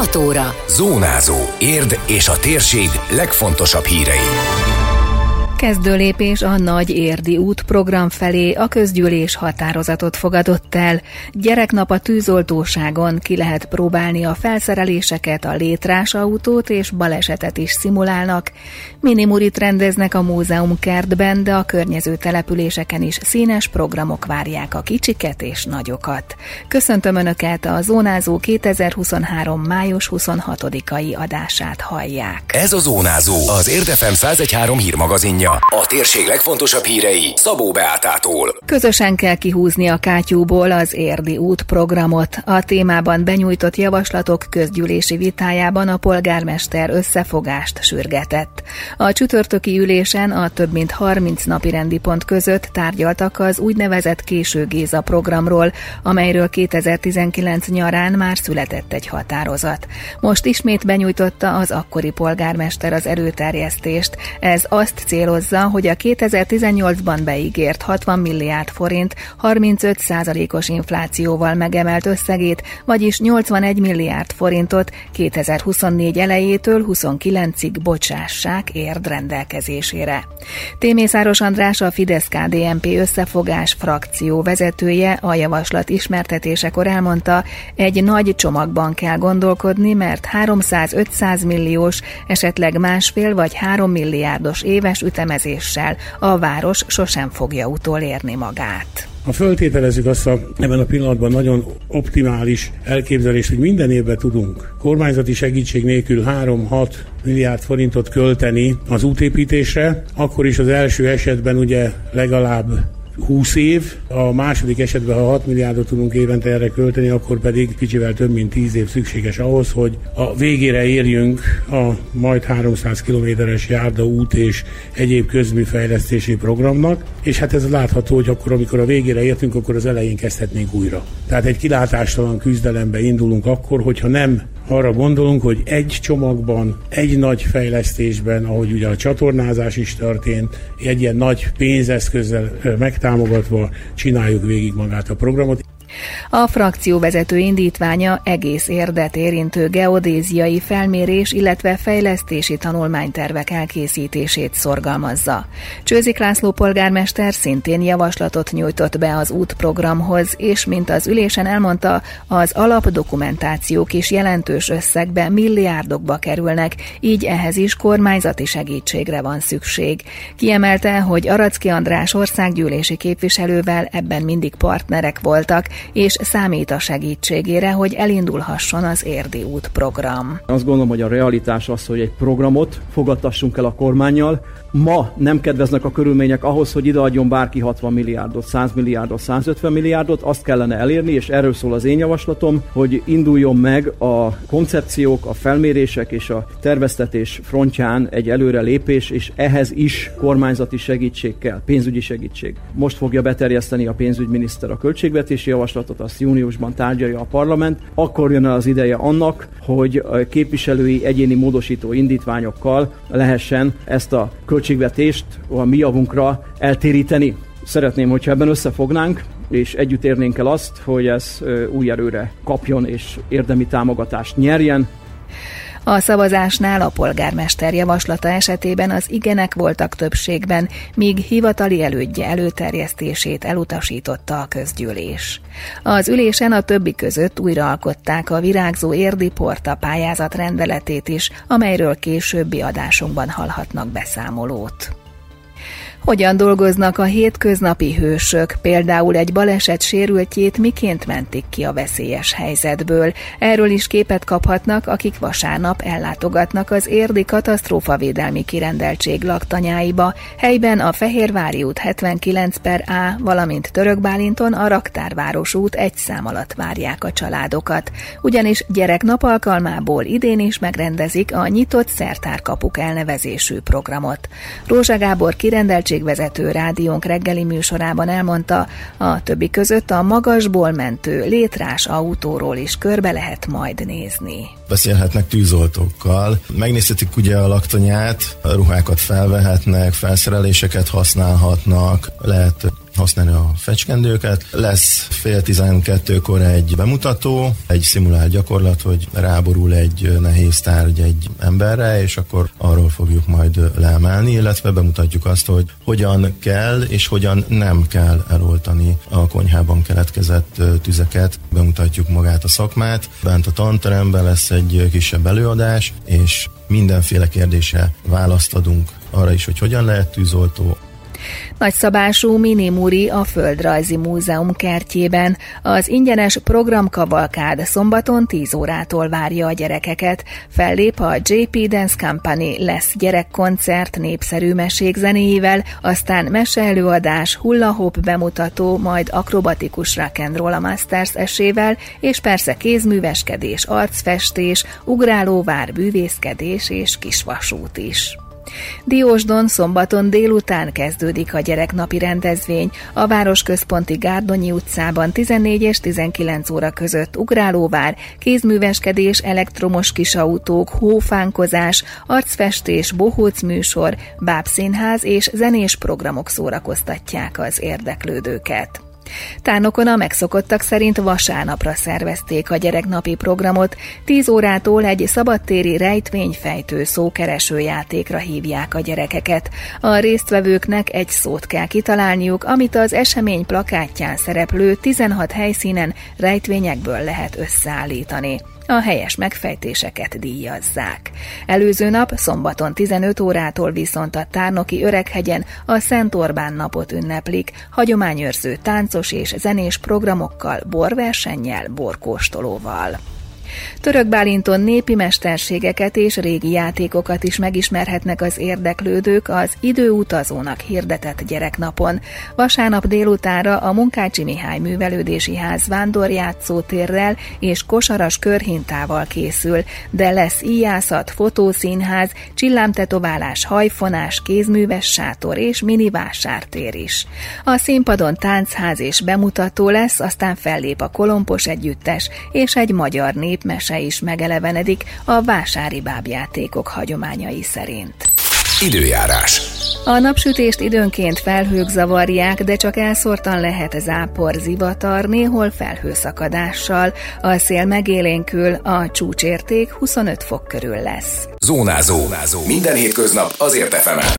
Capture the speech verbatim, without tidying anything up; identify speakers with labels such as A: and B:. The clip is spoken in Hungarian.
A: hat óra.
B: Zónázó. Érd és a térség legfontosabb hírei.
C: Kezdő lépés a Nagy Érdi út program felé, a közgyűlés határozatot fogadott el. Gyereknap a tűzoltóságon, ki lehet próbálni a felszereléseket, a létrás autót és balesetet is szimulálnak. Minimurit rendeznek a múzeum kertben, de a környező településeken is színes programok várják a kicsiket és nagyokat. Köszöntöm Önöket, a Zónázó kétezer-huszonhárom. május huszonhatodikai adását hallják.
B: Ez a Zónázó, az Érd ef em száz egy három hírmagazinja. A térség legfontosabb hírei Szabó Beátától.
C: Közösen kell kihúzni a kátyúból az Érdi út programot. A témában benyújtott javaslatok közgyűlési vitájában a polgármester összefogást sürgetett. A csütörtöki ülésen a több mint harminc napirendi pont között tárgyaltak az úgynevezett Késő Géza programról, amelyről kétezer-tizenkilenc nyarán már született egy határozat. Most ismét benyújtotta az akkori polgármester az előterjesztést. Ez azt célozza, hogy a kétezer-tizennyolcban beígért hatvan milliárd forint harmincöt százalékos inflációval megemelt összegét, vagyis nyolcvanegy milliárd forintot kétezer-huszonnégy elejétől huszonkilencig bocsássák Érd rendelkezésére. Témészáros András, a Fidesz-ká dé en pé összefogás frakció vezetője a javaslat ismertetésekor elmondta, egy nagy csomagban kell gondolkodni, mert háromszáz-ötszáz milliós, esetleg másfél vagy három milliárdos éves ütemezéssel a város sosem fogja utolérni magát.
D: Ha föltételezzük azt a, ebben a pillanatban nagyon optimális elképzelést, hogy minden évben tudunk kormányzati segítség nélkül három-hat milliárd forintot költeni az útépítésre, akkor is az első esetben ugye legalább húsz év, a második esetben, ha hat milliárdot tudunk évente erre költeni, akkor pedig kicsivel több mint tíz év szükséges ahhoz, hogy a végére érjünk a majd háromszáz kilométeres járdaút és egyéb közműfejlesztési programnak, és hát ez látható, hogy akkor, amikor a végére értünk, akkor az elején kezdhetnénk újra. Tehát egy kilátástalan küzdelembe indulunk akkor, hogyha nem arra gondolunk, hogy egy csomagban, egy nagy fejlesztésben, ahogy ugye a csatornázás is történt, egy ilyen nagy pénzeszközzel megtámogatva csináljuk végig magát a programot.
C: A frakcióvezető indítványa egész Érdet érintő geodéziai felmérés, illetve fejlesztési tanulmánytervek elkészítését szorgalmazza. Csőzik László polgármester szintén javaslatot nyújtott be az útprogramhoz, és mint az ülésen elmondta, az alapdokumentációk is jelentős összegbe, milliárdokba kerülnek, így ehhez is kormányzati segítségre van szükség. Kiemelte, hogy Aracki András országgyűlési képviselővel ebben mindig partnerek voltak, és számít a segítségére, hogy elindulhasson az Érdi út program.
E: Azt gondolom, hogy a realitás az, hogy egy programot fogadtassunk el a kormánnyal. Ma nem kedveznek a körülmények ahhoz, hogy ideadjon bárki hatvan milliárdot, száz milliárdot, százötven milliárdot, azt kellene elérni, és erről szól az én javaslatom, hogy induljon meg a koncepciók, a felmérések és a terveztetés frontján egy előrelépés, és ehhez is kormányzati segítség kell, pénzügyi segítség. Most fogja beterjeszteni a pénzügyminiszter a költségvetési javaslatot, azt júniusban tárgyalja a parlament, akkor jön az ideje annak, hogy a képviselői egyéni módosító indítványokkal lehessen ezt a költségvetést a mi javunkra eltéríteni. Szeretném, hogyha ebben összefognánk, és együtt érnénk el azt, hogy ez új erőre kapjon és érdemi támogatást nyerjen.
C: A szavazásnál a polgármester javaslata esetében az igenek voltak többségben, míg hivatali elődje előterjesztését elutasította a közgyűlés. Az ülésen a többi között újraalkották a Virágzó Érdi Porta pályázat rendeletét is, amelyről későbbi adásunkban hallhatnak beszámolót. Hogyan dolgoznak a hétköznapi hősök, például egy baleset sérültjét miként mentik ki a veszélyes helyzetből? Erről is képet kaphatnak, akik vasárnap ellátogatnak az érdi katasztrófavédelmi kirendeltség laktanyáiba, helyben a Fehérvári út hetvenkilenc per A, valamint Törökbálinton a Raktárváros út egy szám alatt várják a családokat. Ugyanis gyereknap alkalmából idén is megrendezik a Nyitott Szertárkapuk elnevezésű programot. Rózsa Gábor kirendeltség vezető rádiónk reggeli műsorában elmondta, a többi között a magasból mentő létrás autóról is körbe lehet majd nézni.
F: Beszélhetnek tűzoltókkal, megnézhetik ugye a laktanyát, ruhákat felvehetnek, felszereléseket használhatnak, lehet használni a fecskendőket. Lesz fél tizenkettőkor egy bemutató, egy szimulált gyakorlat, hogy ráborul egy nehéz tárgy egy emberre, és akkor arról fogjuk majd leemelni, illetve bemutatjuk azt, hogy hogyan kell és hogyan nem kell eloltani a konyhában keletkezett tüzeket. Bemutatjuk magát a szakmát. Bent a tanteremben lesz egy kisebb előadás, és mindenféle kérdésre választ adunk arra is, hogy hogyan lehet tűzoltó.
C: Nagyszabású Minimuri a Földrajzi Múzeum kertjében. Az ingyenes programkavalkád szombaton tíz órától várja a gyerekeket. Fellép a jé pé Dance Company, lesz gyerekkoncert népszerű mesék zenéjével, aztán meseelőadás, hula-hop bemutató, majd akrobatikus rock and roll a Masters esével, és persze kézműveskedés, arcfestés, ugrálóvár, bűvészkedés és kisvasút is. Diósdon szombaton délután kezdődik a gyereknapi rendezvény. A városközponti Gárdonyi utcában tizennégy és tizenkilenc óra között ugrálóvár, kézműveskedés, elektromos kisautók, hófánkozás, arcfestés, bohóc műsor, bábszínház és zenés programok szórakoztatják az érdeklődőket. Tárnokon a megszokottak szerint vasárnapra szervezték a gyereknapi programot, tíz órától egy szabadtéri rejtvényfejtő szókereső játékra hívják a gyerekeket. A résztvevőknek egy szót kell kitalálniuk, amit az esemény plakátján szereplő tizenhat helyszínen rejtvényekből lehet összeállítani. A helyes megfejtéseket díjazzák. Előző nap, szombaton tizenöt órától viszont a Tárnoki Öreghegyen a Szent Orbán napot ünneplik, hagyományőrző táncos és zenés programokkal, borversennyel, borkóstolóval. Török Bálinton népi mesterségeket és régi játékokat is megismerhetnek az érdeklődők az időutazónak hirdetett gyereknapon. Vasárnap délutánra a Munkácsi Mihály Művelődési Ház vándorjátszótérrel és kosaras körhintával készül, de lesz íjászat, fotószínház, csillámtetoválás, hajfonás, kézműves sátor és mini vásártér is. A színpadon táncház és bemutató lesz, aztán fellép a Kolompos együttes és egy magyar nép mese is megelevenedik a vásári bábjátékok hagyományai szerint.
B: Időjárás.
C: A napsütést időnként felhők zavarják, de csak elszórtan lehet zápor, zivatar, néhol felhőszakadással. A szél megélénkül, a csúcsérték huszonöt fok körül lesz.
B: Zónázó. Zónázó. Minden hétköznap azért ef emen.